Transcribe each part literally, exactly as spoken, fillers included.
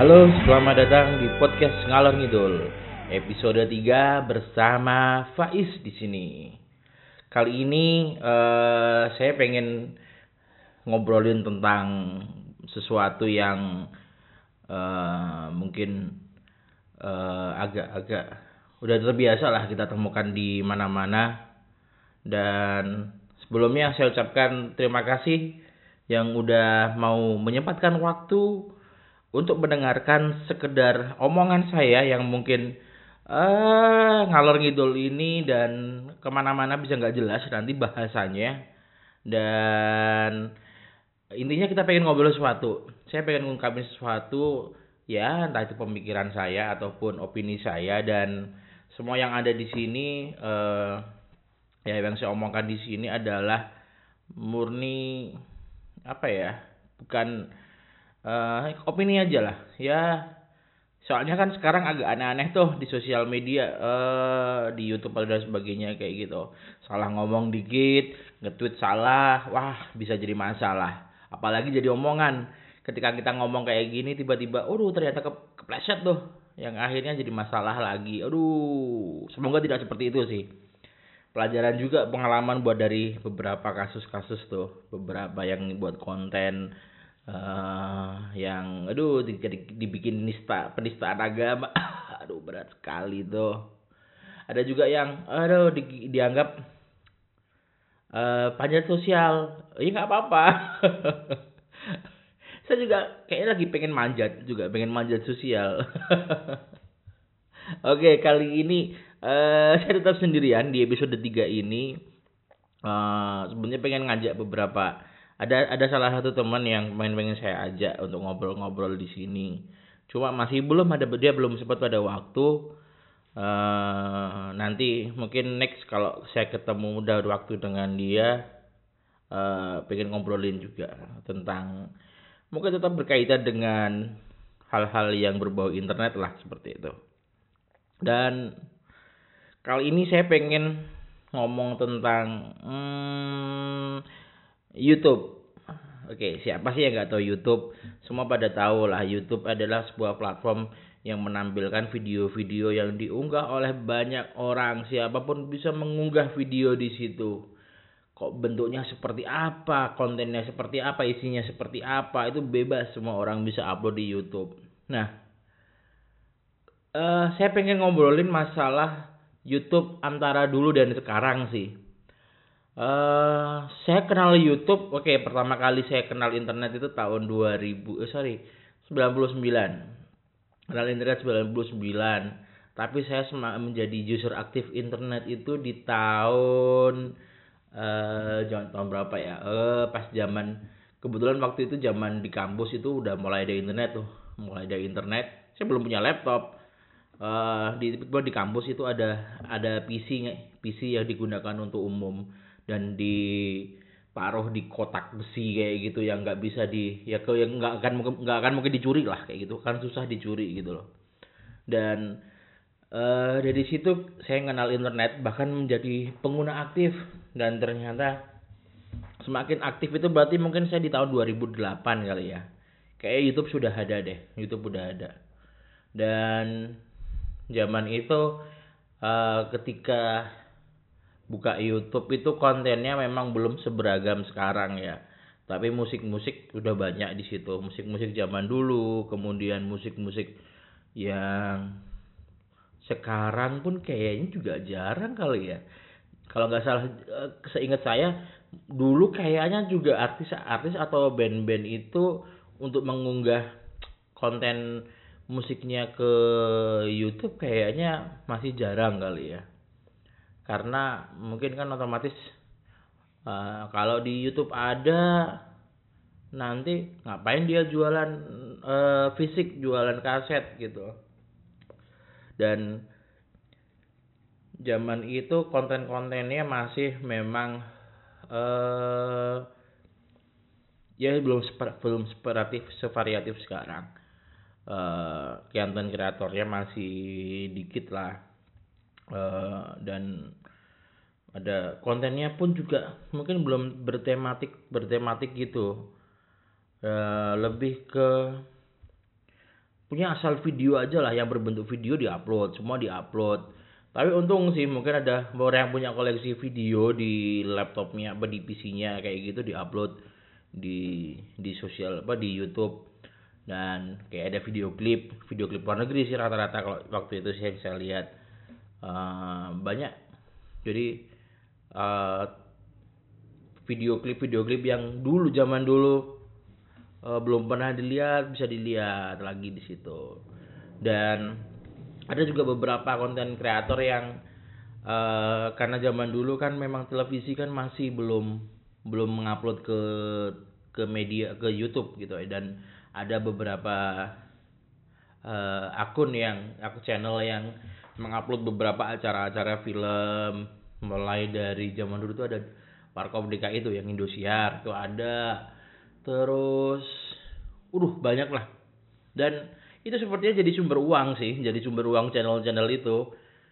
Halo, selamat datang di podcast Ngalor Ngidul, episode tiga bersama Faiz di sini. Kali ini eh, saya pengen ngobrolin tentang sesuatu yang eh, mungkin eh, agak-agak udah terbiasa lah kita temukan di mana-mana. Dan sebelumnya saya ucapkan terima kasih yang udah mau menyempatkan waktu untuk mendengarkan sekedar omongan saya yang mungkin eh ngalor ngidul ini dan kemana-mana bisa nggak jelas nanti bahasanya. Dan intinya kita pengen ngobrol sesuatu. Saya pengen ngungkapin sesuatu, ya entah itu pemikiran saya ataupun opini saya, dan semua yang ada di sini eh ya yang saya omongkan di sini adalah murni apa ya? Bukan eh opini aja lah. Ya, soalnya kan sekarang agak aneh-aneh tuh di sosial media, eh di YouTube dan sebagainya kayak gitu. Salah ngomong dikit, nge-tweet salah, wah bisa jadi masalah. Apalagi jadi omongan. Ketika kita ngomong kayak gini tiba-tiba, aduh ternyata ke kepleset tuh, yang akhirnya jadi masalah lagi. Aduh, semoga tidak seperti itu sih. Pelajaran juga, pengalaman buat dari beberapa kasus-kasus tuh, beberapa yang buat konten eh yang aduh di- di- dibikin nista penistaan agama. Aduh berat sekali tuh. Ada juga yang aduh di- dianggap eh panjat sosial. Ya nggak apa-apa. Saya juga kayaknya lagi pengen manjat juga, pengen manjat sosial. Oke, kali ini eh saya tetap sendirian di episode tiga ini. Eh sebenarnya pengen ngajak beberapa, ada ada salah satu teman yang pengen pengen saya ajak untuk ngobrol-ngobrol di sini. Cuma masih belum ada, dia belum sempat pada waktu. eh nanti mungkin next kalau saya ketemu udah ada waktu dengan dia, eh pengen ngobrolin juga tentang, mungkin tetap berkaitan dengan hal-hal yang berbau internet lah seperti itu. Dan kali ini saya pengen ngomong tentang hmm, YouTube. Oke, siapa sih yang nggak tahu YouTube? Semua pada tahu lah, YouTube adalah sebuah platform yang menampilkan video-video yang diunggah oleh banyak orang. Siapapun bisa mengunggah video di situ. Kok bentuknya seperti apa, kontennya seperti apa, isinya seperti apa, itu bebas, semua orang bisa upload di YouTube. Nah, eh saya pengen ngobrolin masalah YouTube antara dulu dan sekarang sih. Eh, saya kenal YouTube, oke, pertama kali saya kenal internet itu tahun dua ribu, eh sorry, sembilan puluh sembilan. Kenal internet sembilan puluh sembilan. Tapi saya sema- menjadi user aktif internet itu di tahun eh jangan tahun berapa ya? Eh pas zaman, kebetulan waktu itu zaman di kampus itu udah mulai ada internet tuh, mulai ada internet. Saya belum punya laptop. Eh di di kampus itu ada ada P C, P C yang digunakan untuk umum, dan diparuh di kotak besi kayak gitu yang nggak bisa di, ya ke yang nggak akan mungkin nggak akan mungkin dicuri lah kayak gitu kan, susah dicuri gitu loh. Dan eh dari situ saya kenal internet, bahkan menjadi pengguna aktif. Dan ternyata semakin aktif itu berarti mungkin saya di tahun dua ribu delapan kali ya, kayak YouTube sudah ada deh, YouTube udah ada. Dan zaman itu eh, ketika buka YouTube itu kontennya memang belum seberagam sekarang ya. Tapi musik-musik udah banyak di situ. Musik-musik zaman dulu, kemudian musik-musik yang sekarang pun kayaknya juga jarang kali ya. Kalau nggak salah, eh, seingat saya dulu kayaknya juga artis-artis atau band-band itu untuk mengunggah konten musiknya ke YouTube kayaknya masih jarang kali ya. Karena mungkin kan otomatis eh, kalau di YouTube ada, nanti ngapain dia jualan eh, fisik, jualan kaset gitu. Dan zaman itu konten-kontennya masih memang eh ya belum seper- belum separatif sevariatif sekarang. Eh konten kreatornya masih dikit lah. Eh, dan ada kontennya pun juga mungkin belum bertematik bertematik gitu. Eh, lebih ke punya asal video aja lah, yang berbentuk video diupload, semua diupload. Tapi untung sih mungkin ada orang yang punya koleksi video di laptopnya, apa di P C-nya kayak gitu, diupload di di sosial apa di YouTube. Dan kayak ada video klip, video klip luar negeri sih rata-rata kalau waktu itu sih yang saya lihat. Eh, banyak. Jadi eh, video klip video klip yang dulu zaman dulu eh, belum pernah dilihat bisa dilihat lagi di situ. Dan ada juga beberapa konten kreator yang uh, karena zaman dulu kan memang televisi kan masih belum belum mengupload ke ke media, ke YouTube gitu ya. Dan ada beberapa uh, akun yang aku channel yang mengupload beberapa acara-acara film, mulai dari zaman dulu tuh ada Warkop D K I itu yang Indosiar itu ada, terus udah banyak lah. Dan itu sepertinya jadi sumber uang sih, jadi sumber uang channel-channel itu.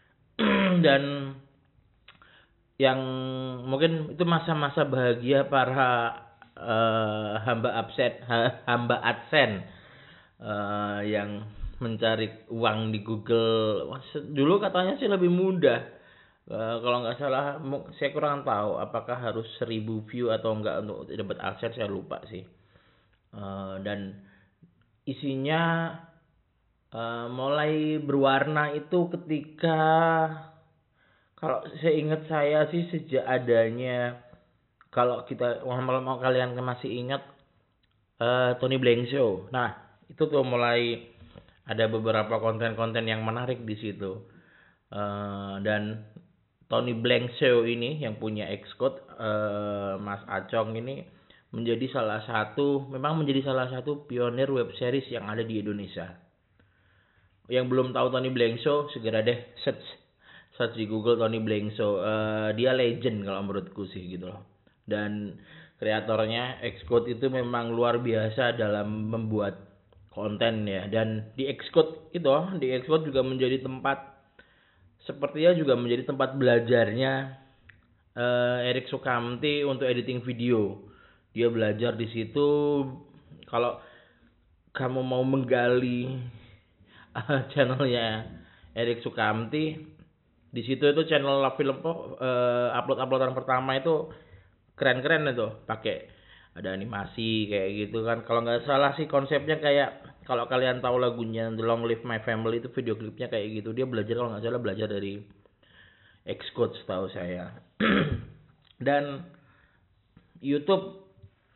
Dan yang mungkin itu masa-masa bahagia para uh, hamba absen, hamba adsen uh, yang mencari uang di Google. Dulu katanya sih lebih mudah. Uh, kalau nggak salah, saya kurang tahu apakah harus seribu view atau enggak untuk dapat adsense, saya lupa sih. Uh, dan isinya Uh, mulai berwarna itu ketika, kalau saya ingat saya sih sejak adanya, kalau kita mau, mau kalian masih ingat uh, Tony Blank Show. Nah itu tuh mulai ada beberapa konten-konten yang menarik di situ. Uh, dan Tony Blank Show ini yang punya Xcode, uh, Mas Acong ini menjadi salah satu, memang menjadi salah satu pionir web series yang ada di Indonesia. Yang belum tahu Tony Blank Show, segera deh search search di Google Tony Blank Show. Uh, dia legend kalau menurutku sih gitu loh. Dan kreatornya Xcode itu memang luar biasa dalam membuat konten ya. Dan di Xcode itu, di Xcode juga menjadi tempat, sepertinya juga menjadi tempat belajarnya uh, Erik Sukamti untuk editing video. Dia belajar di situ. Kalau kamu mau menggali channelnya Erik Sukamti, di situ itu channel film uh, upload uploadan pertama itu keren-keren itu, pakai ada animasi kayak gitu kan. Kalau nggak salah sih konsepnya kayak, kalau kalian tahu lagunya The Long Live My Family itu video klipnya kayak gitu. Dia belajar, kalau nggak salah belajar dari Xcode setahu saya. Dan YouTube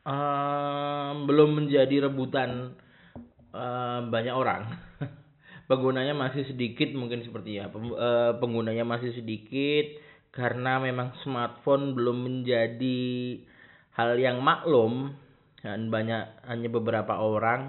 um, belum menjadi rebutan um, banyak orang. Penggunanya masih sedikit, mungkin seperti ya, penggunanya masih sedikit karena memang smartphone belum menjadi hal yang maklum, dan banyak, hanya beberapa orang.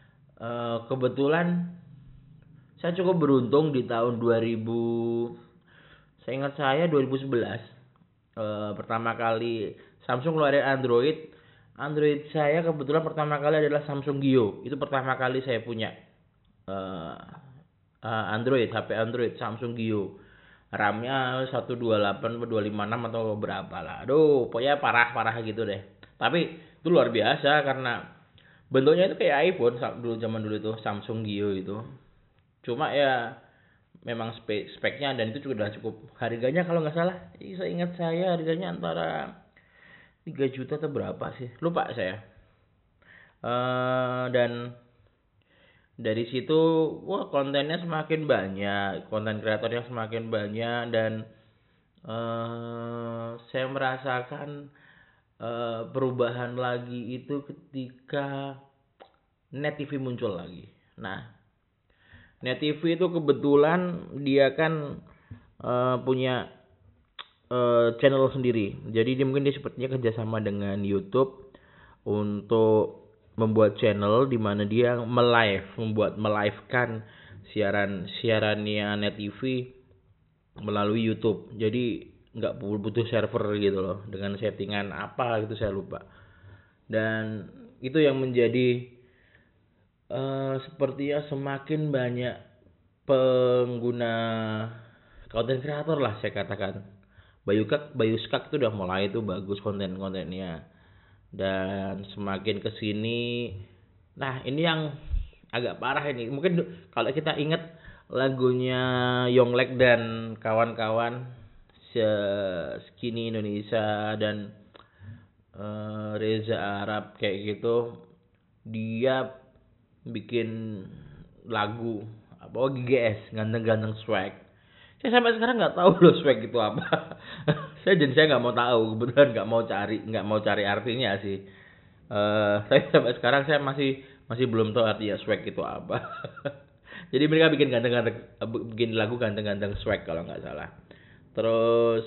Kebetulan saya cukup beruntung di tahun dua ribu, saya ingat saya dua ribu sebelas pertama kali Samsung keluarin Android. Android saya kebetulan pertama kali adalah Samsung Gio. Itu pertama kali saya punya Uh, uh, Android, H P Android Samsung Gio. RAM-nya seratus dua puluh delapan atau dua ratus lima puluh enam atau berapa lah. Aduh, pokoknya parah-parah gitu deh. Tapi itu luar biasa karena bentuknya itu kayak iPhone dulu, zaman dulu itu Samsung Gio itu. Cuma ya memang spek speknya, dan itu juga udah cukup. Harganya kalau nggak salah, saya ingat saya harganya antara tiga juta atau berapa sih, lupa saya. Uh, dan dari situ, wah kontennya semakin banyak, konten kreatornya semakin banyak, dan uh, saya merasakan uh, perubahan lagi itu ketika Net T V muncul lagi. Nah, Net T V itu kebetulan dia kan uh, punya uh, channel sendiri. Jadi dia mungkin dia sepertinya kerjasama dengan YouTube untuk membuat channel di mana dia melive, membuat melivekan siaran siarannya Net T V melalui YouTube. Jadi nggak butuh server gitu loh, dengan settingan apa gitu saya lupa. Dan itu yang menjadi uh, sepertinya semakin banyak pengguna konten kreator lah saya katakan. Bayuskak, Bayuskak itu udah mulai itu bagus konten-kontennya. Dan semakin kesini, nah ini yang agak parah ini. Mungkin du- kalau kita ingat lagunya Yonglek dan kawan-kawan, se- Skinny Indonesia dan eh, Reza Arab kayak gitu, dia bikin lagu apa oh, G G S, ganteng-ganteng swag. Saya sampai sekarang nggak tahu loh swag itu apa. Saya jadi saya nggak mau tahu, kebetulan nggak mau cari, nggak mau cari artinya sih. Eh, saya sampai sekarang saya masih masih belum tahu artinya swag itu apa. Jadi mereka bikin ganteng-ganteng, eh, bikin lagu ganteng-ganteng swag kalau nggak salah. Terus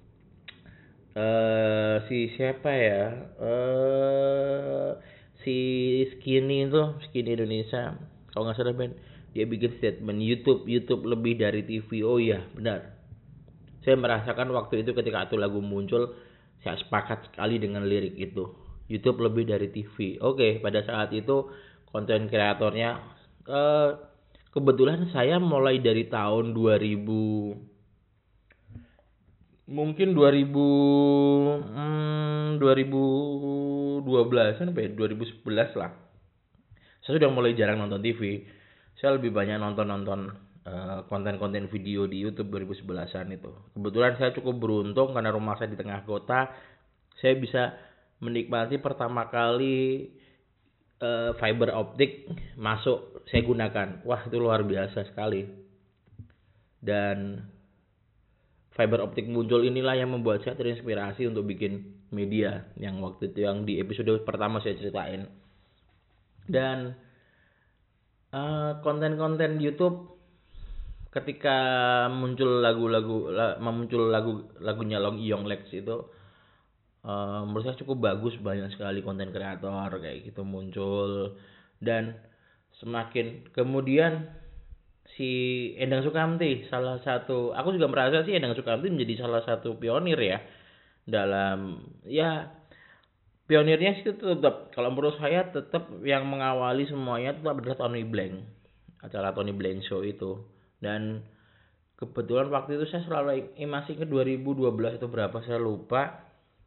eh si siapa ya? Eh si Skinny itu, Skinny Indonesia. Kalau nggak salah Ben, dia bikin statement YouTube YouTube lebih dari T V. Oh iya, benar. Saya merasakan waktu itu ketika itu lagu muncul, saya sepakat sekali dengan lirik itu. YouTube lebih dari T V. Oke, pada saat itu konten kreatornya eh kebetulan saya mulai dari tahun dua ribu, mungkin dua ribu hmm, dua ribu dua belasan sampai dua ribu sebelas lah. Saya sudah mulai jarang nonton T V. Saya lebih banyak nonton-nonton eh, konten-konten video di YouTube dua ribu sebelasan itu. Kebetulan saya cukup beruntung karena rumah saya di tengah kota. Saya bisa menikmati pertama kali eh, fiber optik masuk saya gunakan. Wah, itu luar biasa sekali. Dan fiber optik muncul inilah yang membuat saya terinspirasi untuk bikin media yang waktu itu yang di episode pertama saya ceritain. Dan eh, konten-konten YouTube ketika muncul lagu-lagu la, muncul lagu lagunya Long Yong Lex itu eh, menurut saya cukup bagus, banyak sekali konten kreator kayak gitu muncul. Dan semakin kemudian si Endang Sukamti salah satu, aku juga merasa sih Endang Sukamti menjadi salah satu pionir ya dalam ya pionirnya sih tetap, kalau menurut saya tetap yang mengawali semuanya tetap adalah Tony Blank, acara Tony Blank Show itu. Dan kebetulan waktu itu saya selalu eh, masih ke dua ribu dua belas itu berapa saya lupa.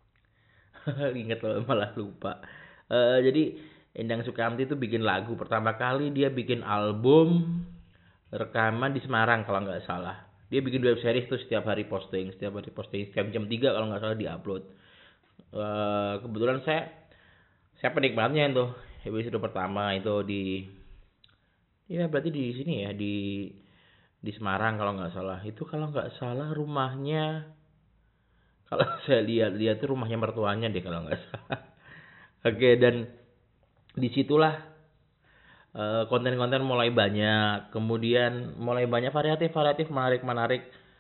Ingat loh, malah lupa. Eh, jadi Endang Sukamti itu bikin lagu pertama kali, dia bikin album rekaman di Semarang kalau nggak salah. Dia bikin web series tuh, setiap hari posting, setiap hari posting, setiap jam tiga kalau nggak salah diupload. Eh, kebetulan saya saya penikmatnya itu episode pertama itu di ya berarti di sini ya di di Semarang kalau nggak salah. Itu kalau nggak salah rumahnya, kalau saya lihat-lihat tuh rumahnya mertuanya deh kalau nggak salah. Oke, dan disitulah eh, konten-konten mulai banyak, kemudian mulai banyak variatif-variatif menarik-menarik.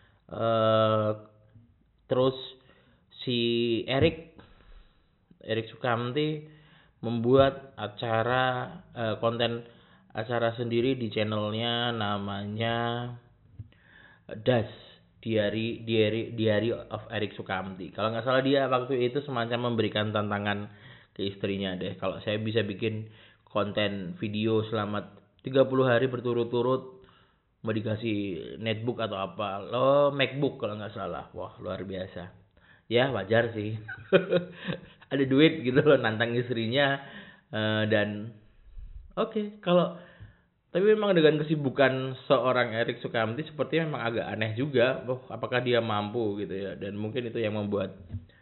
eh Terus si Erik Erik Sukamti membuat acara eh, konten acara sendiri di channelnya namanya Das, Diary Diary Diary of Erik Sukamti. Kalau nggak salah dia waktu itu semacam memberikan tantangan ke istrinya deh. Kalau saya bisa bikin konten video selama tiga puluh hari berturut-turut, mau dikasih netbook atau apa, lo MacBook kalau nggak salah. Wah, luar biasa. Ya wajar sih. Ada duit gitu loh, nantang istrinya. Eh, dan oke okay, kalau tapi memang dengan kesibukan seorang Erik Sukamti sepertinya memang agak aneh juga. Oh, apakah dia mampu gitu ya. Dan mungkin itu yang membuat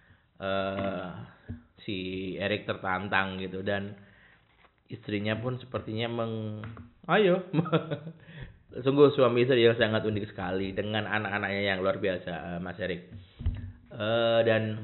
uh, si Erik tertantang gitu. Dan istrinya pun sepertinya meng ayo. Sungguh suami istri yang sangat unik sekali dengan anak-anaknya yang luar biasa, Mas Erik. Uh, dan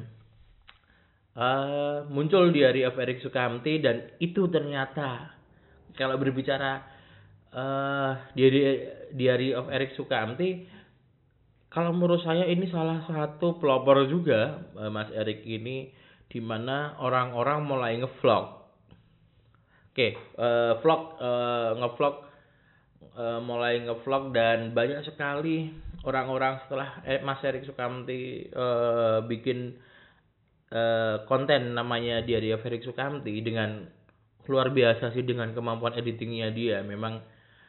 uh, muncul Diary of Erik Sukamti, dan itu ternyata kalau berbicara uh, Diary Diary of Erik Sukamti, kalau menurut saya ini salah satu pelopor juga uh, Mas Erik ini, dimana orang-orang mulai ngevlog. Oke, okay, uh, vlog uh, ngevlog uh, mulai ngevlog dan banyak sekali orang-orang setelah eh, Mas Erik Sukamti uh, bikin uh, konten namanya Diary of Erik Sukamti dengan luar biasa sih, dengan kemampuan editingnya dia memang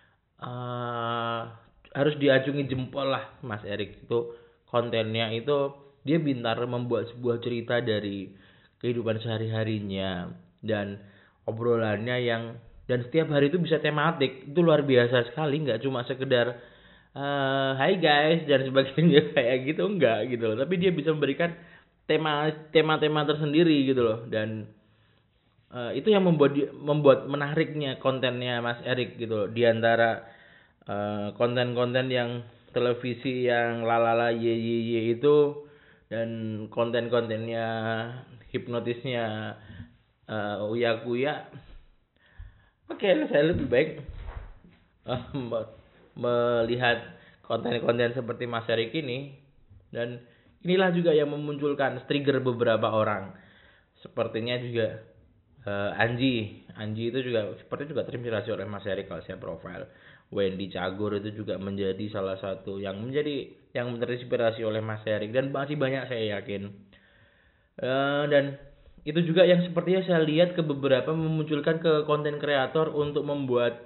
uh, harus diacungi jempol lah. Mas Erik itu kontennya itu dia pintar membuat sebuah cerita dari kehidupan sehari-harinya dan obrolannya yang dan setiap hari itu bisa tematik. Itu luar biasa sekali, nggak cuma sekedar eh hai guys dan sebagainya kayak gitu, enggak gitu loh, tapi dia bisa memberikan tema tema-tema tersendiri gitu loh. Dan eh, itu yang membuat di- membuat menariknya kontennya Mas Erik gitu loh, di antara eh, konten-konten yang televisi yang lalala ye ye ye itu, dan konten-kontennya hipnotisnya eh, Uya Kuya. Oke, saya lebih baik eh, me- melihat konten-konten seperti Mas Erik ini. Dan inilah juga yang memunculkan trigger beberapa orang. Sepertinya juga eh, Anji, Anji itu juga seperti juga terinspirasi oleh Mas Erik kalau saya profil. Wendy Cagur itu juga menjadi salah satu yang menjadi yang terinspirasi oleh Mas Erik, dan masih banyak saya yakin. Eh, dan itu juga yang sepertinya saya lihat ke beberapa memunculkan ke konten kreator untuk membuat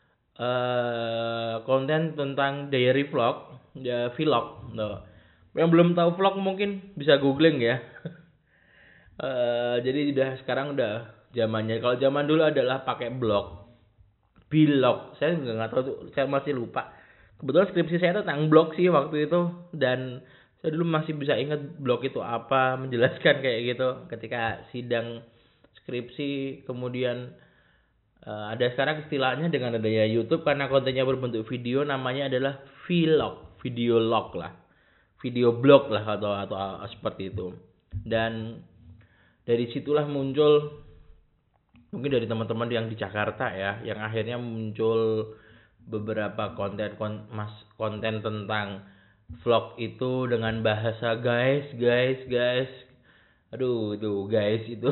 eh konten tentang diary vlog, ya vlog. No. Yang belum tahu vlog mungkin bisa googling ya. Eh jadi udah sekarang udah zamannya. Kalau zaman dulu adalah pakai blog, blog. Saya nggak nggak tahu tuh, saya masih lupa. Kebetulan skripsi saya tentang blog sih waktu itu, dan saya dulu masih bisa ingat blog itu apa, menjelaskan kayak gitu ketika sidang skripsi. Kemudian eh, ada sekarang istilahnya dengan adanya YouTube, karena kontennya berbentuk video, namanya adalah vlog, video log lah, video blog lah, atau atau uh, seperti itu. Dan dari situlah muncul, mungkin dari teman-teman yang di Jakarta ya, yang akhirnya muncul beberapa konten kon, mas konten tentang vlog itu dengan bahasa guys guys guys, aduh itu guys itu.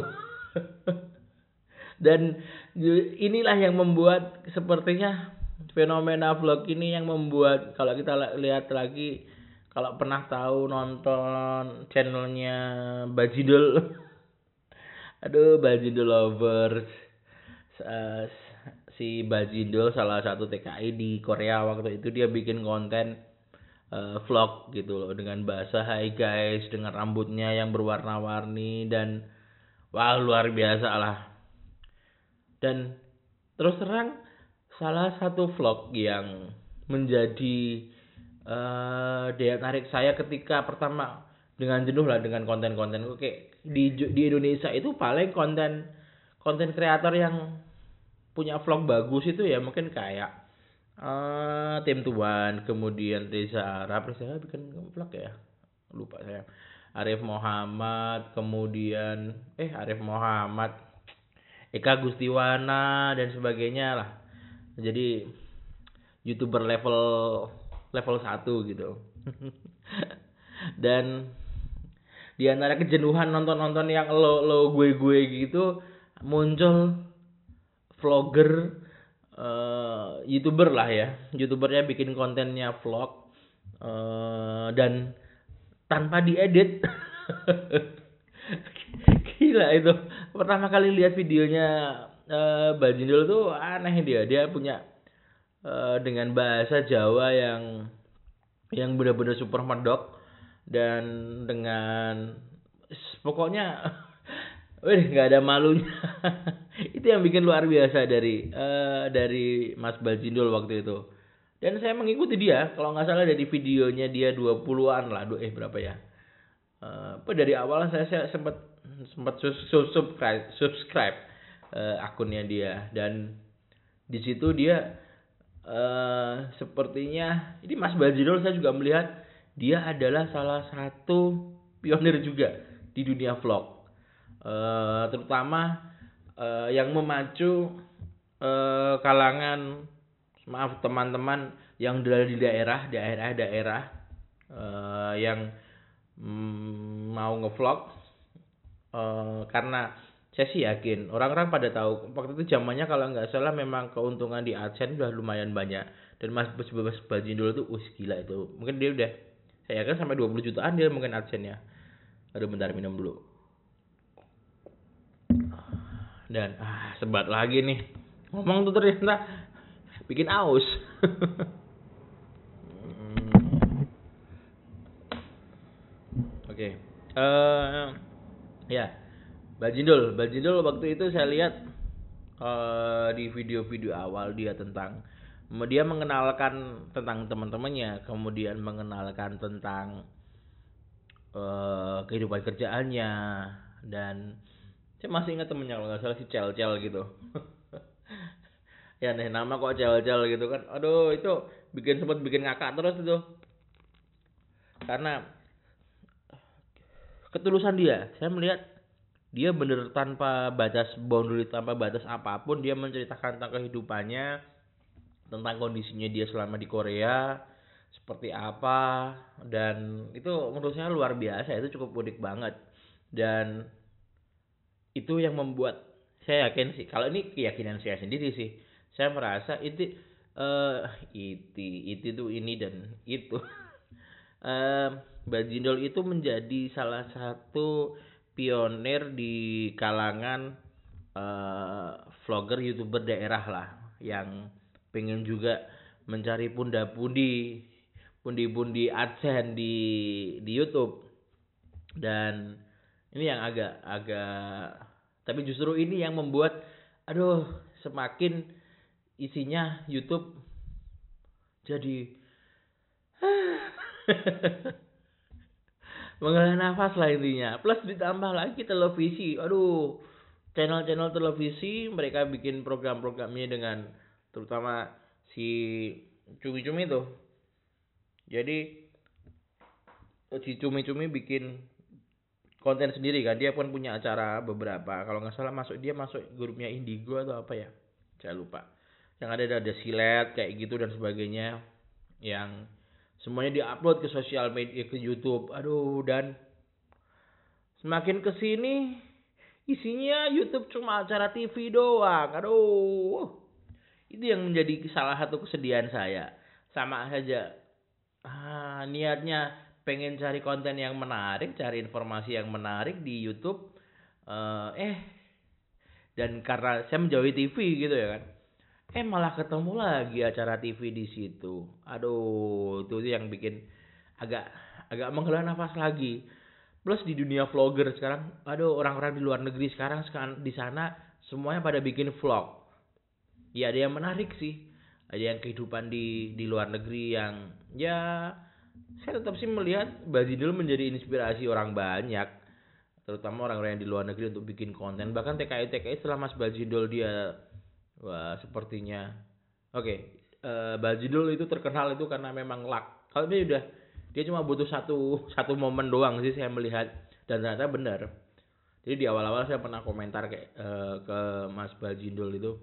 Dan inilah yang membuat sepertinya fenomena vlog ini, yang membuat kalau kita lihat lagi, kalau pernah tahu nonton channelnya Bajidul, aduh Bajidul Lovers, uh, si Bajidul salah satu T K I di Korea waktu itu, dia bikin konten uh, vlog gitu loh dengan bahasa hai guys, dengan rambutnya yang berwarna-warni, dan wah luar biasa lah. Dan terus terang, salah satu vlog yang menjadi uh, daya tarik saya ketika pertama, dengan jenuh lah dengan konten-konten. Oke, di di Indonesia itu paling konten konten kreator yang punya vlog bagus itu ya mungkin kayak uh, Tim Tuan, kemudian Reza Arab. Reza Arab bikin vlog ya, lupa saya. Arif Muhammad, kemudian eh Arif Muhammad, Eka Gustiwana dan sebagainya lah. Jadi YouTuber level level satu gitu. Dan di antara kejenuhan nonton-nonton yang lo lo gue gue gitu, muncul vlogger, uh, YouTuber lah ya. YouTubernya bikin kontennya vlog, uh, dan tanpa diedit. Gila itu. Pertama kali lihat videonya uh, Bajindul tuh aneh, dia. Dia punya uh, dengan bahasa Jawa yang yang benar-benar super medok, dan dengan pokoknya wih nggak ada malunya. Itu yang bikin luar biasa dari uh, dari Mas Bajindul waktu itu. Dan saya mengikuti dia, kalau nggak salah dari videonya dia dua puluhan lah, eh berapa ya? Uh, dari awal saya, saya sempat sempat subscribe subscribe uh, akunnya dia, dan di situ dia uh, sepertinya ini Mas Bajidul, saya juga melihat dia adalah salah satu pionir juga di dunia vlog, uh, terutama uh, yang memacu uh, kalangan, maaf teman-teman yang dari di daerah daerah-daerah uh, yang mm, mau ngevlog, uh, karena saya sih yakin orang-orang pada tahu waktu itu zamannya kalau nggak salah memang keuntungan di AdSense udah lumayan banyak, dan Mas Mas Bajindul itu us gila itu, mungkin dia udah, saya yakin sampai dua puluh jutaan dia mungkin AdSense-nya. Aduh bentar minum dulu. Dan ah sebat lagi nih ngomong tuh ternyata bikin aus. Oke, okay. uh, ya Bajindul, Bajindul waktu itu saya lihat eh, di video-video awal dia tentang dia mengenalkan tentang teman-temannya, kemudian mengenalkan tentang eh, kehidupan kerjaannya, dan saya masih ingat temennya kalau nggak salah si Cel Cel gitu. Ya nih nama kok Cel Cel gitu kan, aduh itu bikin sempat bikin ngakak terus itu, karena ketulusan dia. Saya melihat dia bener tanpa batas boundary, tanpa batas apapun dia menceritakan tentang kehidupannya, tentang kondisinya dia selama di Korea seperti apa, dan itu menurut saya luar biasa, itu cukup unik banget. Dan itu yang membuat saya yakin sih, kalau ini keyakinan saya sendiri sih, saya merasa itu eh itu itu tuh ini dan itu eh Bajindol itu menjadi salah satu pionir di kalangan eh vlogger youtuber daerah lah, yang pengen juga mencari pundi-pundi pundi-pundi AdSense di di YouTube. Dan ini yang agak agak tapi justru ini yang membuat aduh semakin isinya YouTube jadi menghela nafas lah intinya. Plus ditambah lagi televisi, aduh channel-channel televisi mereka bikin program-programnya dengan terutama si Cumi-Cumi tuh. Jadi si Cumi-Cumi bikin konten sendiri kan, dia pun punya acara beberapa, kalau nggak salah masuk dia masuk grupnya Indigo atau apa ya, saya lupa, yang ada ada silet kayak gitu dan sebagainya, yang semuanya diupload ke sosial media, ke YouTube. Aduh, dan semakin kesini isinya YouTube cuma acara T V doang. Aduh, itu yang menjadi salah satu kesedihan saya. Sama saja ah, niatnya pengen cari konten yang menarik, cari informasi yang menarik di YouTube, eh, eh dan karena saya menjauhi T V gitu ya kan, eh malah ketemu lagi acara T V di situ. Aduh, itu yang bikin agak agak menghela nafas lagi. Plus di dunia vlogger sekarang, aduh orang-orang di luar negeri sekarang sekarang di sana semuanya pada bikin vlog. Ya ada yang menarik sih, ada yang kehidupan di di luar negeri yang ya saya tetap sih melihat Bajidul menjadi inspirasi orang banyak, terutama orang-orang yang di luar negeri untuk bikin konten. Bahkan T K I T K I setelah Mas Bajidul dia wah sepertinya oke okay, uh, Bajidul itu terkenal itu karena memang luck. Kalau dia udah dia cuma butuh satu satu momen doang sih saya melihat, dan ternyata benar. Jadi di awal-awal saya pernah komentar kayak uh, ke Mas Bajidul itu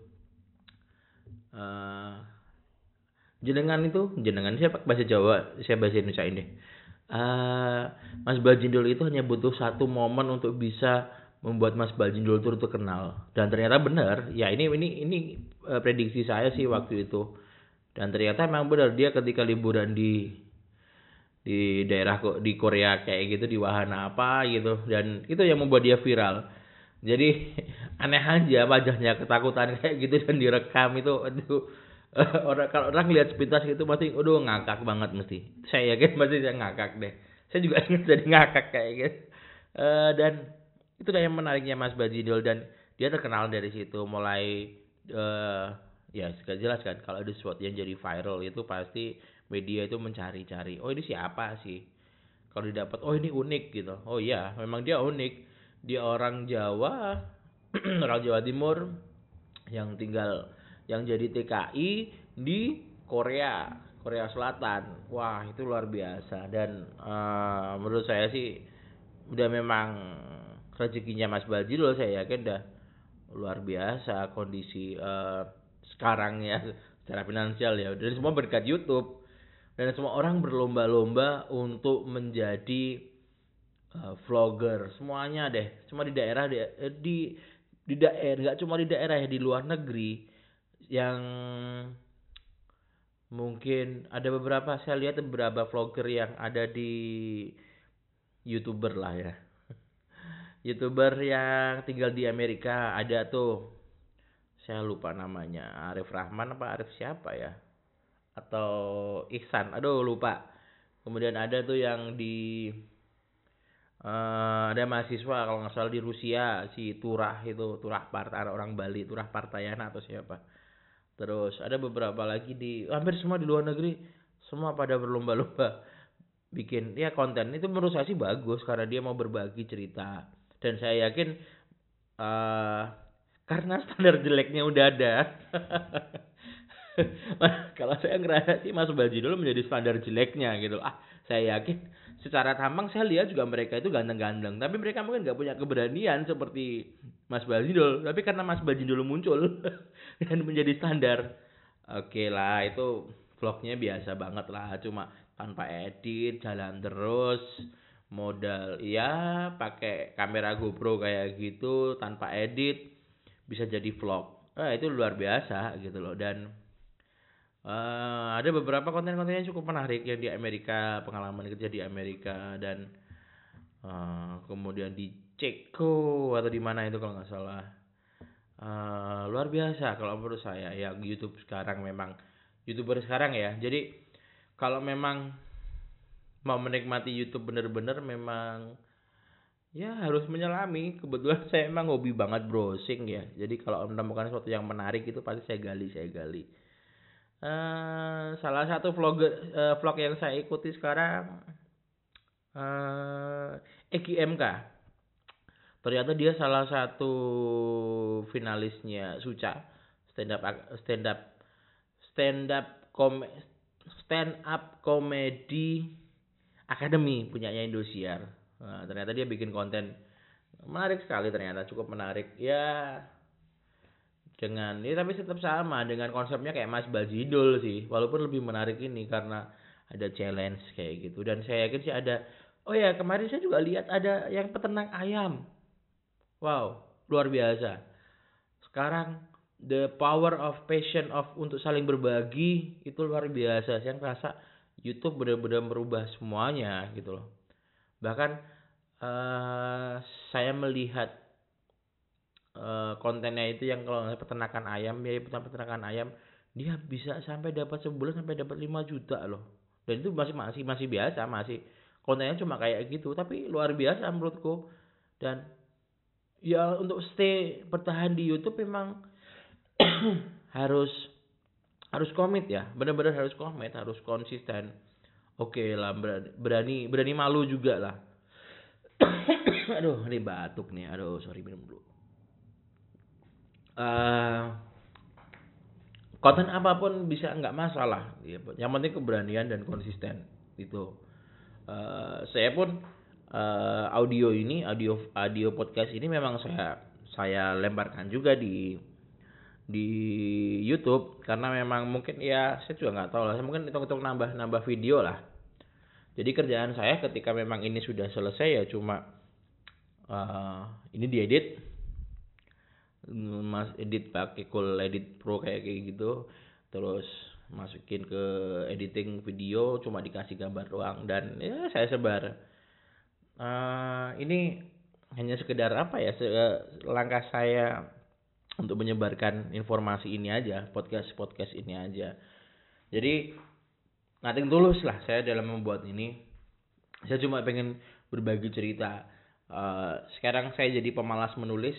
uh, jenengan itu jenengan siapa bahasa Jawa, saya bahasa Indonesia ini. Uh, Mas Bajindul itu hanya butuh satu momen untuk bisa membuat Mas Bajindul itu terkenal, dan ternyata benar. Ya ini ini ini uh, prediksi saya sih waktu itu, dan ternyata memang benar dia ketika liburan di di daerah kok di Korea kayak gitu, di wahana apa gitu, dan itu yang membuat dia viral. Jadi aneh aja wajahnya ketakutan kayak gitu dan direkam itu, aduh. orang kalau orang lihat sepintas gitu pasti aduh ngakak banget mesti. Saya yakin pasti saya ngakak deh. Saya juga ingin jadi ngakak kayak gitu. Uh, dan itu yang menariknya Mas Bajidul, dan dia terkenal dari situ mulai uh, ya jelas kan kalau ada sesuatu yang jadi viral itu pasti media itu mencari-cari. Oh ini siapa sih? Kalau didapat oh ini unik gitu. Oh iya, memang dia unik. Dia orang Jawa, orang Jawa Timur yang tinggal yang jadi T K I di Korea, Korea Selatan. Wah, itu luar biasa, dan uh, menurut saya sih udah memang rezekinya Mas Bajidul, saya yakin udah luar biasa kondisi uh, sekarang ya secara finansial ya. Dan semua berkat YouTube. Dan semua orang berlomba-lomba untuk menjadi uh, vlogger, semuanya deh. Cuma di daerah di di, di daerah, nggak cuma di daerah ya, di luar negeri. Yang mungkin ada beberapa, saya lihat beberapa vlogger yang ada di YouTuber lah ya. YouTuber yang tinggal di Amerika ada tuh. Saya lupa namanya, Arif Rahman apa Arif siapa ya? Atau Ihsan, aduh lupa. Kemudian ada tuh yang di Eh, ada mahasiswa kalau nggak salah di Rusia, si Turah itu, Turah Partai orang Bali, Turah Partayana atau siapa. Terus ada beberapa lagi di hampir semua di luar negeri, semua pada berlomba-lomba bikin ya konten. Itu menurut saya sih bagus karena dia mau berbagi cerita, dan saya yakin eh karena standar jeleknya udah ada. Kalau saya ngerasa sih Mas Bajidul menjadi standar jeleknya gitu. Ah, saya yakin secara tampang saya lihat juga mereka itu ganteng-ganteng, tapi mereka mungkin nggak punya keberanian seperti Mas Bajidul. Tapi karena Mas Bajidul muncul dan menjadi standar, oke lah itu vlognya biasa banget lah, cuma tanpa edit, jalan terus, modal ya pakai kamera GoPro kayak gitu tanpa edit bisa jadi vlog. Ah, itu luar biasa gitu loh. Dan eh, ada beberapa konten-konten yang cukup menarik yang di Amerika, pengalaman kerja di Amerika, dan eh, kemudian di Ceko atau di mana itu kalau nggak salah. Eh, luar biasa kalau menurut saya yang YouTube sekarang, memang YouTuber sekarang ya. Jadi kalau memang mau menikmati YouTube bener-bener memang ya harus menyelami. Kebetulan saya emang hobi banget browsing ya. Jadi kalau menemukan sesuatu yang menarik itu pasti saya gali, saya gali. Eh, salah satu vlogger eh, vlog yang saya ikuti sekarang eh Egi M K. Ternyata dia salah satu finalisnya Suca, stand up stand up stand up kom stand up comedy academy punyanya Indosiar. Nah, ternyata dia bikin konten menarik sekali, ternyata cukup menarik ya. Dengan ini tapi tetap sama dengan konsepnya kayak Mas Bajidul sih, walaupun lebih menarik ini karena ada challenge kayak gitu. Dan saya yakin sih ada, oh ya kemarin saya juga lihat ada yang peternak ayam. Wow, luar biasa. Sekarang the power of passion of untuk saling berbagi itu luar biasa. Saya ngerasa YouTube benar-benar merubah semuanya gitu loh. Bahkan eh saya melihat eh, kontennya itu yang kalau nggak peternakan ayam, ya peternakan ayam, dia bisa sampai dapat sebulan sampai dapat lima juta loh. Dan itu masih masih masih biasa, masih kontennya cuma kayak gitu, tapi luar biasa menurutku. Dan ya untuk stay bertahan di YouTube memang harus harus komit ya, benar-benar harus komit, harus konsisten. Oke lah, berani berani berani malu juga lah. Aduh, ini batuk nih. Aduh, sorry, minum dulu. Eh konten apapun bisa nggak masalah, ya. Yang penting keberanian dan konsisten itu. Eh saya pun eh, audio ini, audio audio podcast ini memang saya saya lemparkan juga di di YouTube karena memang mungkin ya saya juga nggak tahu lah, saya mungkin untuk untuk nambah nambah video lah. Jadi kerjaan saya ketika memang ini sudah selesai ya cuma eh, ini diedit, mas edit pakai Cool Edit Pro kayak kayak gitu, terus masukin ke editing video, cuma dikasih gambar doang dan ya saya sebar. Eh, ini hanya sekedar apa ya, se- langkah saya untuk menyebarkan informasi ini aja, podcast podcast ini aja. Jadi nothing tulus lah saya dalam membuat ini. Saya cuma pengen berbagi cerita. Eh, sekarang saya jadi pemalas menulis.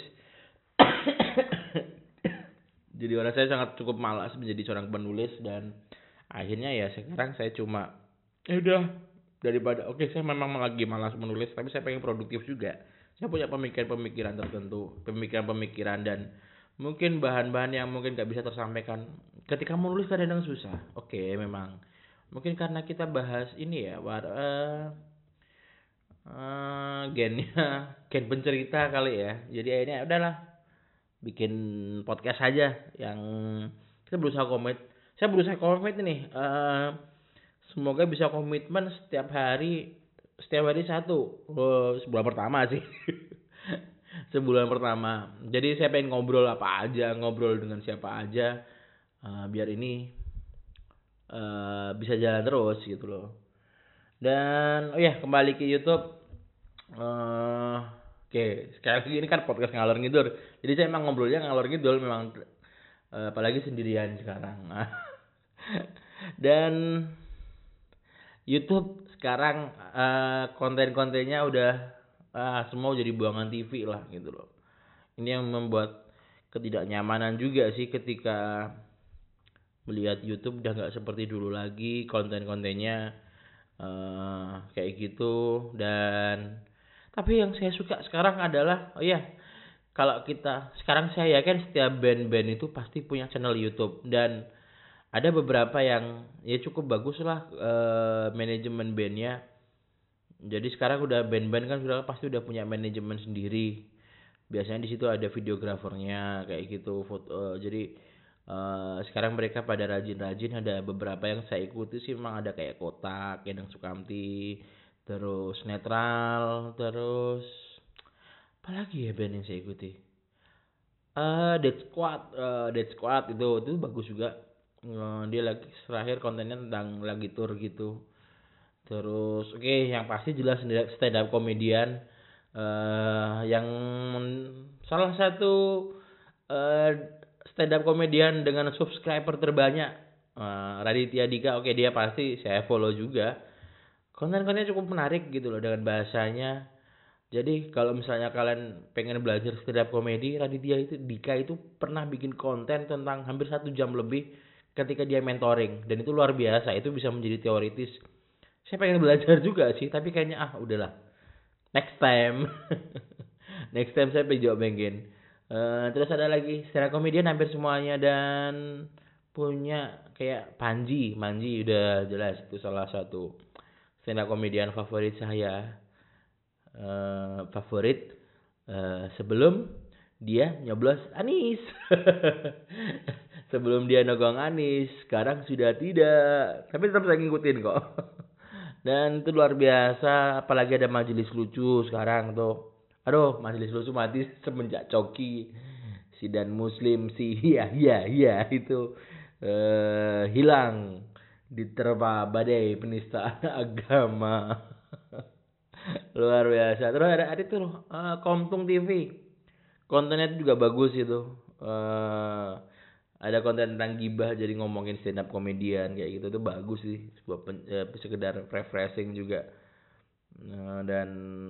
Jadi orang saya sangat cukup malas menjadi seorang penulis, dan akhirnya ya sekarang saya cuma ya udah, daripada oke okay, saya memang lagi malas menulis tapi saya pengen produktif juga. Saya punya pemikiran-pemikiran tertentu, pemikiran-pemikiran dan mungkin bahan-bahan yang mungkin gak bisa tersampaikan ketika menulis kadang-kadang susah. Oke, okay, memang mungkin karena kita bahas ini ya, war, uh, uh, gennya gen pencerita kali ya. Jadi akhirnya udahlah bikin podcast aja yang kita berusaha komit. Saya berusaha komit nih. Uh, semoga bisa komitmen setiap hari, setiap hari satu. Oh, sebulan pertama sih. Sebulan pertama. Jadi saya pengen ngobrol apa aja, ngobrol dengan siapa aja, uh, biar ini uh, bisa jalan terus gitu loh. Dan oh ya, kembali ke YouTube. Uh, Oke, sekali lagi ini kan podcast ngalor ngidul. Jadi saya emang ngobrolnya ngalor ngidul memang, uh, apalagi sendirian sekarang. Dan YouTube sekarang uh, konten-kontennya udah ah semua jadi buangan T V lah gitu loh. Ini yang membuat ketidaknyamanan juga sih ketika melihat YouTube udah nggak seperti dulu lagi, konten-kontennya eh kayak gitu. Dan tapi yang saya suka sekarang adalah, oh iya, kalau kita sekarang, saya yakin setiap band-band itu pasti punya channel YouTube, dan ada beberapa yang ya cukup bagus lah eh, manajemen bandnya. Jadi sekarang udah band-band kan sudah pasti udah punya manajemen sendiri. Biasanya di situ ada videografernya kayak gitu, foto. Jadi eh, sekarang mereka pada rajin-rajin. Ada beberapa yang saya ikuti sih, memang ada kayak Kotak, Endang Sukamti, terus Netral, terus apa lagi ya band yang saya ikuti? Eh Dead Squad, eh Dead Squad itu itu bagus juga. Eh, dia lagi terakhir kontennya tentang lagi tour gitu. Terus oke, okay, yang pasti jelas stand up komedian eh yang salah satu eh stand up komedian dengan subscriber terbanyak, eh, Raditya Dika. Oke, okay, dia pasti saya follow juga. Konten-kontennya cukup menarik gitu loh dengan bahasanya. Jadi kalau misalnya kalian pengen belajar stand up komedi, Raditya itu Dika itu pernah bikin konten tentang hampir satu jam lebih ketika dia mentoring, dan itu luar biasa. Itu bisa menjadi teoritis. Saya pengen belajar juga sih, tapi kayaknya ah udahlah, next time. Next time saya pengen coba bikin. Uh, terus ada lagi stand up komedian hampir semuanya, dan punya kayak Panji, Manji udah jelas itu salah satu stand up komedian favorit saya. Uh, favorit uh, sebelum dia nyoblos Anis. Sebelum dia nogong Anis, sekarang sudah tidak, tapi tetap saya ngikutin kok. Dan itu luar biasa, apalagi ada majelis lucu sekarang tuh. Aduh, majelis lucu mati semenjak Coki, si Dan Muslim, si iya iya iya itu uh, hilang diterpa badai penistaan agama. Luar biasa. Terus ada ada tuh uh, Komtung T V. Kontennya itu juga bagus itu. Uh, ada konten tentang gibah, jadi ngomongin stand up komedian kayak gitu tuh bagus sih. Sebuah pen, uh, sekedar refreshing juga. Uh, dan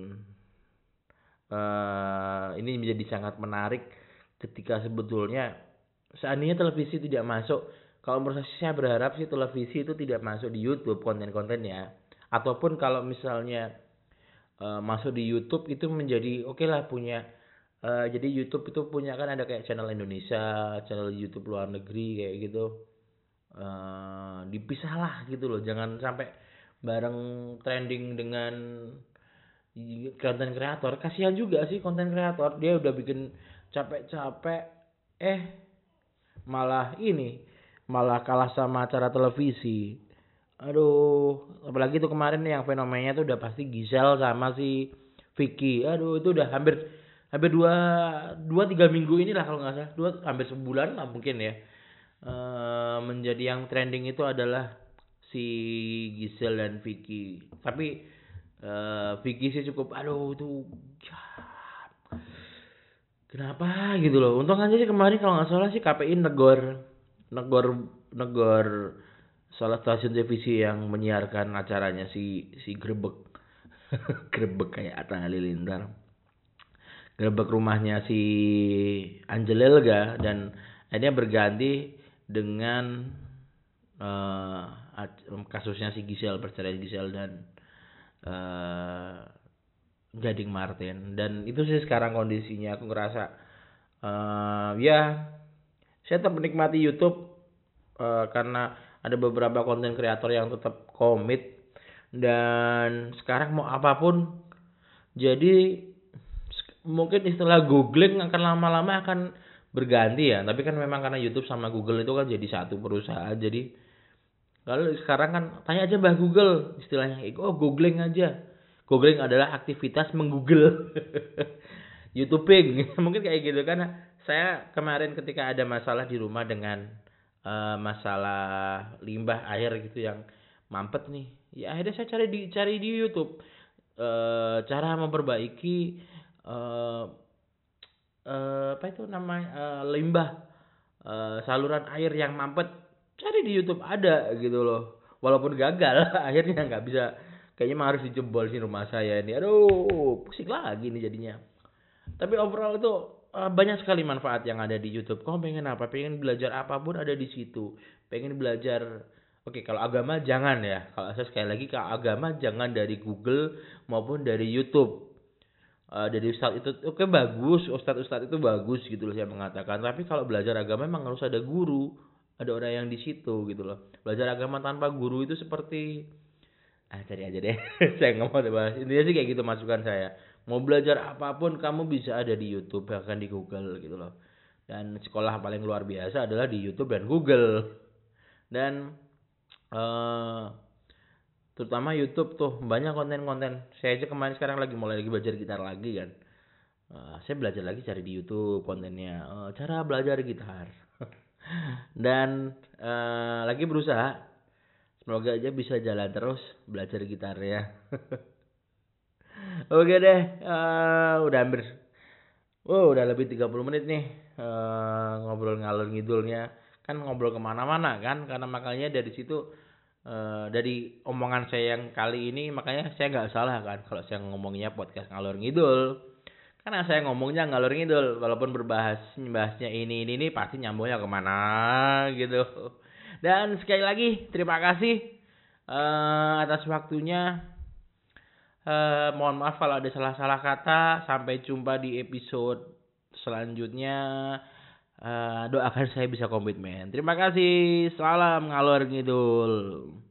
uh, ini menjadi sangat menarik ketika sebetulnya seandainya televisi tidak masuk. Kalau menurut saya berharap sih televisi itu tidak masuk di YouTube konten-kontennya. Ataupun kalau misalnya Uh, masuk di YouTube itu menjadi oke okay lah punya uh, jadi YouTube itu punya kan ada kayak channel Indonesia, channel YouTube luar negeri kayak gitu, uh, dipisah lah gitu loh, jangan sampai bareng trending dengan konten kreator. Kasihan juga sih konten kreator, dia udah bikin capek-capek eh malah ini malah kalah sama acara televisi. Aduh, apalagi itu kemarin yang fenomenanya tuh udah pasti Gisel sama si Vicky. Aduh, itu udah hampir hampir dua dua tiga minggu inilah kalau nggak salah, dua hampir sebulan lah mungkin ya. E, menjadi yang trending itu adalah si Gisel dan Vicky. Tapi e, Vicky sih cukup, aduh itu kenapa gitu loh. Untung aja sih kemarin kalau nggak salah sih K P I negor negor negor salah stasiun televisi yang menyiarkan acaranya si si Grebek. Grebek kayak Atta Halilintar. Grebek rumahnya si Angel Elga, dan akhirnya berganti dengan uh, kasusnya si Gisel, perceraian Gisel dan uh, Gading Martin. Dan itu sih sekarang kondisinya. Aku ngerasa uh, ya saya tetap menikmati YouTube uh, karena ada beberapa konten kreator yang tetap komit, dan sekarang mau apapun jadi mungkin istilah googling akan lama-lama akan berganti ya, tapi kan memang karena YouTube sama Google itu kan jadi satu perusahaan. Jadi kalau sekarang kan tanya aja Mbah Google, istilahnya oh googling aja. Googling adalah aktivitas menggoogle. YouTubing mungkin kayak gitu. Karena saya kemarin ketika ada masalah di rumah dengan Uh, masalah limbah air gitu yang mampet nih, ya akhirnya saya cari di cari di YouTube uh, cara memperbaiki uh, uh, apa itu namanya uh, limbah uh, saluran air yang mampet. Cari di YouTube ada gitu loh, walaupun gagal akhirnya nggak bisa Kayaknya mah harus dijebol sih rumah saya ini. Aduh, pusing lagi nih jadinya. Tapi overall itu eh, banyak sekali manfaat yang ada di YouTube. Kamu pengen apa? Pengen belajar apapun ada di situ. Pengen belajar, oke kalau agama jangan ya. Kalau saya sekali lagi kalau agama jangan dari Google maupun dari YouTube. Eh, dari Ustadz itu oke bagus, Ustadz-Ustadz itu bagus gitu loh saya mengatakan. Tapi kalau belajar agama memang harus ada guru, ada orang yang di situ gitu loh. Belajar agama tanpa guru itu seperti ah cari aja deh. Saya nggak mau bahas. Intinya sih kayak gitu masukan saya. Mau belajar apapun kamu bisa ada di YouTube bahkan di Google gitu loh. Dan sekolah paling luar biasa adalah di YouTube dan Google. Dan eh terutama YouTube tuh banyak konten-konten. Saya aja kemarin sekarang lagi mulai lagi belajar gitar lagi kan. Eh, saya belajar lagi cari di YouTube kontennya eh, cara belajar gitar. Dan eh, lagi berusaha. Semoga aja bisa jalan terus belajar gitar ya. Oke deh, eh, udah hampir, oh udah lebih tiga puluh menit nih eh, ngobrol ngalor ngidulnya. Kan ngobrol kemana-mana kan, karena makanya dari situ, eh, dari omongan saya yang kali ini, makanya saya nggak salah kan kalau saya ngomongnya podcast ngalor ngidul. Karena saya ngomongnya ngalor ngidul, walaupun berbahas bahasnya ini ini ini pasti nyambungnya kemana gitu. Dan sekali lagi terima kasih eh, atas waktunya. Eh, mohon maaf kalau ada salah-salah kata. Sampai jumpa di episode selanjutnya. Eh, doakan saya bisa komitmen. Terima kasih. Salam ngalor ngidul.